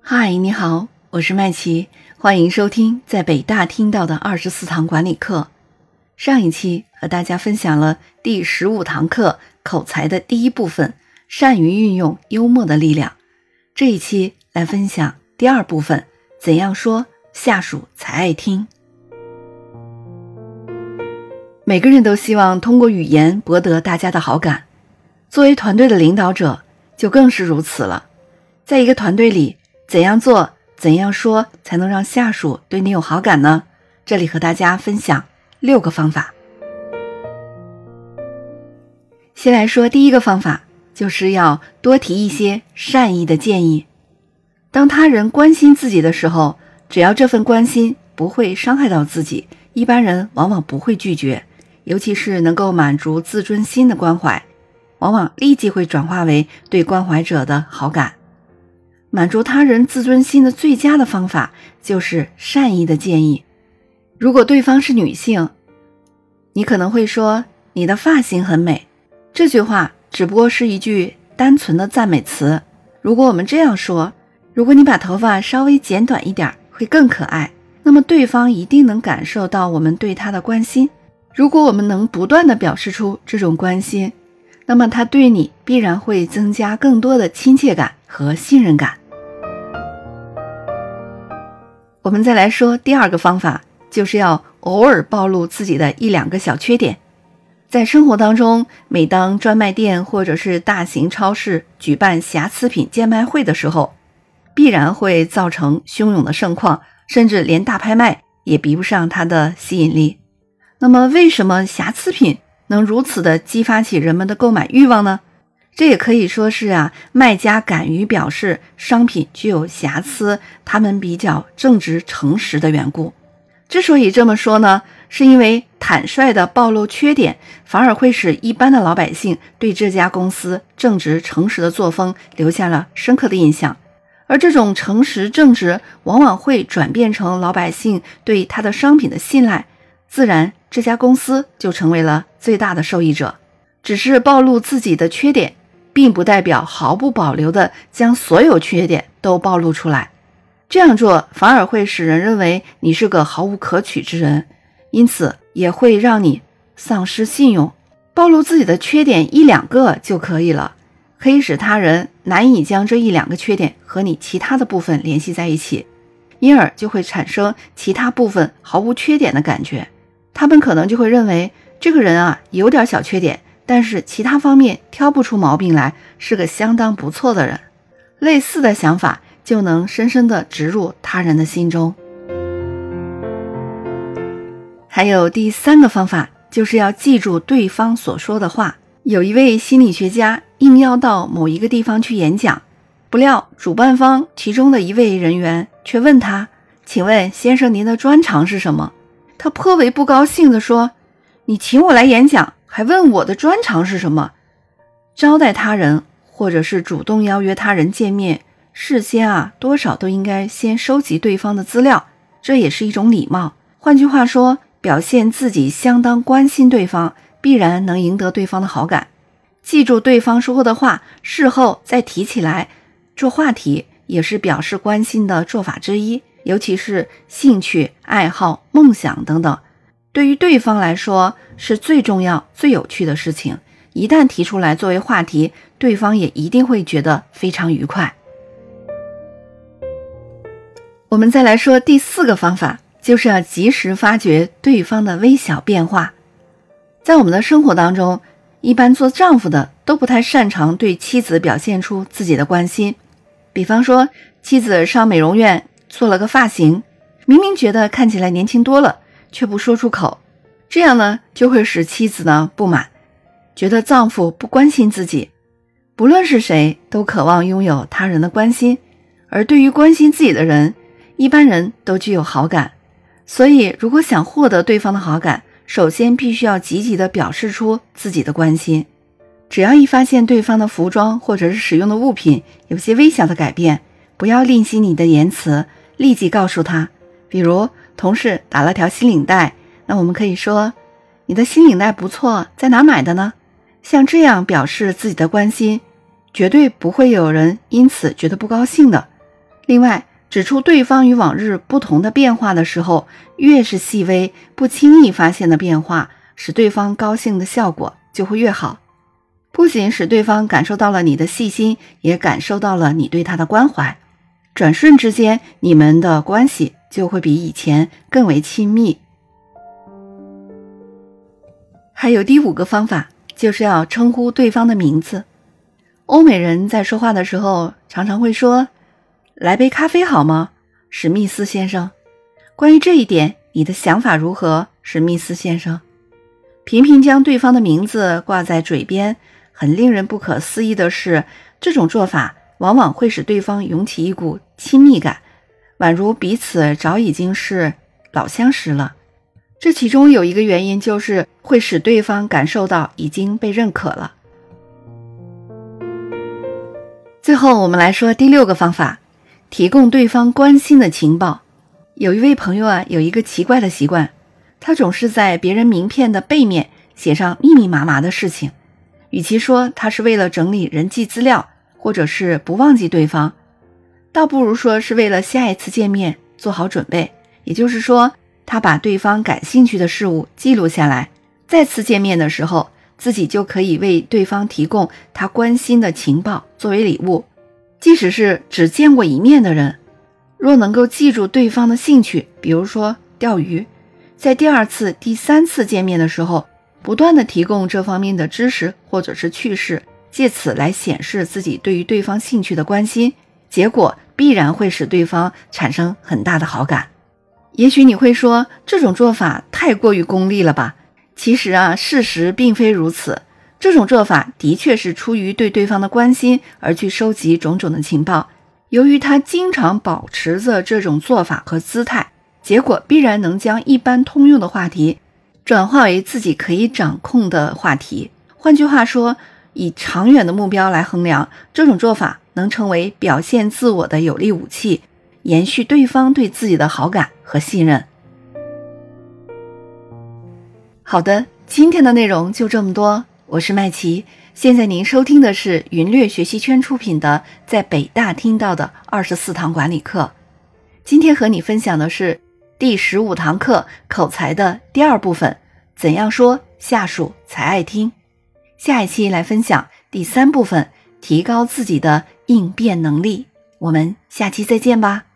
嗨，你好，我是麦琪，欢迎收听在北大听到的24堂管理课。上一期和大家分享了第15堂课口才的第一部分，善于运用幽默的力量。这一期来分享第二部分，怎样说下属才爱听。每个人都希望通过语言博得大家的好感，作为团队的领导者就更是如此了。在一个团队里，怎样做怎样说才能让下属对你有好感呢？这里和大家分享6个方法。先来说第一个方法，就是要多提一些善意的建议。当他人关心自己的时候，只要这份关心不会伤害到自己，一般人往往不会拒绝，尤其是能够满足自尊心的关怀，往往立即会转化为对关怀者的好感。满足他人自尊心的最佳的方法就是善意的建议。如果对方是女性，你可能会说你的发型很美，这句话只不过是一句单纯的赞美词。如果我们这样说，如果你把头发稍微剪短一点会更可爱，那么对方一定能感受到我们对他的关心。如果我们能不断地表示出这种关心，那么他对你必然会增加更多的亲切感和信任感。我们再来说第二个方法，就是要偶尔暴露自己的1、2个小缺点。在生活当中，每当专卖店或者是大型超市举办瑕疵品贱卖会的时候，必然会造成汹涌的盛况，甚至连大拍卖也比不上它的吸引力。那么为什么瑕疵品能如此的激发起人们的购买欲望呢？这也可以说是卖家敢于表示商品具有瑕疵，他们比较正直诚实的缘故。之所以这么说呢，是因为坦率的暴露缺点，反而会使一般的老百姓对这家公司正直诚实的作风留下了深刻的印象，而这种诚实正直往往会转变成老百姓对他的商品的信赖，自然这家公司就成为了最大的受益者。只是暴露自己的缺点，并不代表毫不保留地将所有缺点都暴露出来，这样做反而会使人认为你是个毫无可取之人，因此也会让你丧失信用。暴露自己的缺点1、2个就可以了，可以使他人难以将这1、2个缺点和你其他的部分联系在一起，因而就会产生其他部分毫无缺点的感觉。他们可能就会认为这个人有点小缺点，但是其他方面挑不出毛病来，是个相当不错的人。类似的想法就能深深地植入他人的心中。还有第3个方法，就是要记住对方所说的话。有一位心理学家应邀到某一个地方去演讲，不料主办方其中的一位人员却问他，请问先生您的专长是什么？他颇为不高兴地说，你请我来演讲还问我的专长是什么？招待他人或者是主动邀约他人见面，事先多少都应该先收集对方的资料，这也是一种礼貌。换句话说，表现自己相当关心对方，必然能赢得对方的好感。记住对方说过的话，事后再提起来做话题，也是表示关心的做法之一，尤其是兴趣、爱好、梦想等等，对于对方来说是最重要、最有趣的事情。一旦提出来作为话题，对方也一定会觉得非常愉快。我们再来说第4个方法，就是要及时发掘对方的微小变化。在我们的生活当中，一般做丈夫的都不太擅长对妻子表现出自己的关心。比方说，妻子上美容院做了个发型，明明觉得看起来年轻多了，却不说出口，这样呢，就会使妻子不满，觉得丈夫不关心自己。不论是谁，都渴望拥有他人的关心，而对于关心自己的人，一般人都具有好感。所以如果想获得对方的好感，首先必须要积极地表示出自己的关心。只要一发现对方的服装或者是使用的物品有些微小的改变，不要吝惜你的言辞，立即告诉他。比如同事打了条新领带，那我们可以说，你的新领带不错，在哪买的呢？像这样表示自己的关心，绝对不会有人因此觉得不高兴的。 另外，指出对方与往日不同的变化的时候，越是细微、不轻易发现的变化，使对方高兴的效果就会越好。不仅使对方感受到了你的细心，也感受到了你对他的关怀，转瞬之间，你们的关系就会比以前更为亲密。还有第5个方法，就是要称呼对方的名字。欧美人在说话的时候常常会说，来杯咖啡好吗，史密斯先生？关于这一点，你的想法如何，史密斯先生？频频将对方的名字挂在嘴边，很令人不可思议的是，这种做法往往会使对方涌起一股亲密感，宛如彼此早已经是老相识了。这其中有一个原因，就是会使对方感受到已经被认可了。最后我们来说第6个方法，提供对方关心的情报。有一位朋友有一个奇怪的习惯，他总是在别人名片的背面写上密密麻麻的事情，与其说他是为了整理人际资料，或者是不忘记对方，倒不如说是为了下一次见面做好准备。也就是说，他把对方感兴趣的事物记录下来，再次见面的时候，自己就可以为对方提供他关心的情报作为礼物。即使是只见过一面的人，若能够记住对方的兴趣，比如说钓鱼，在第2次、第3次见面的时候，不断地提供这方面的知识或者是趣事，借此来显示自己对于对方兴趣的关心，结果必然会使对方产生很大的好感。也许你会说，这种做法太过于功利了吧？其实事实并非如此。这种做法的确是出于对对方的关心而去收集种种的情报。由于他经常保持着这种做法和姿态，结果必然能将一般通用的话题转化为自己可以掌控的话题。换句话说，以长远的目标来衡量，这种做法能成为表现自我的有力武器，延续对方对自己的好感和信任。好的，今天的内容就这么多，我是麦琪。现在您收听的是云略学习圈出品的在北大听到的24堂管理课。今天和你分享的是第15堂课口才的第2部分，怎样说下属才爱听。下一期来分享第3部分，提高自己的应变能力。我们下期再见吧。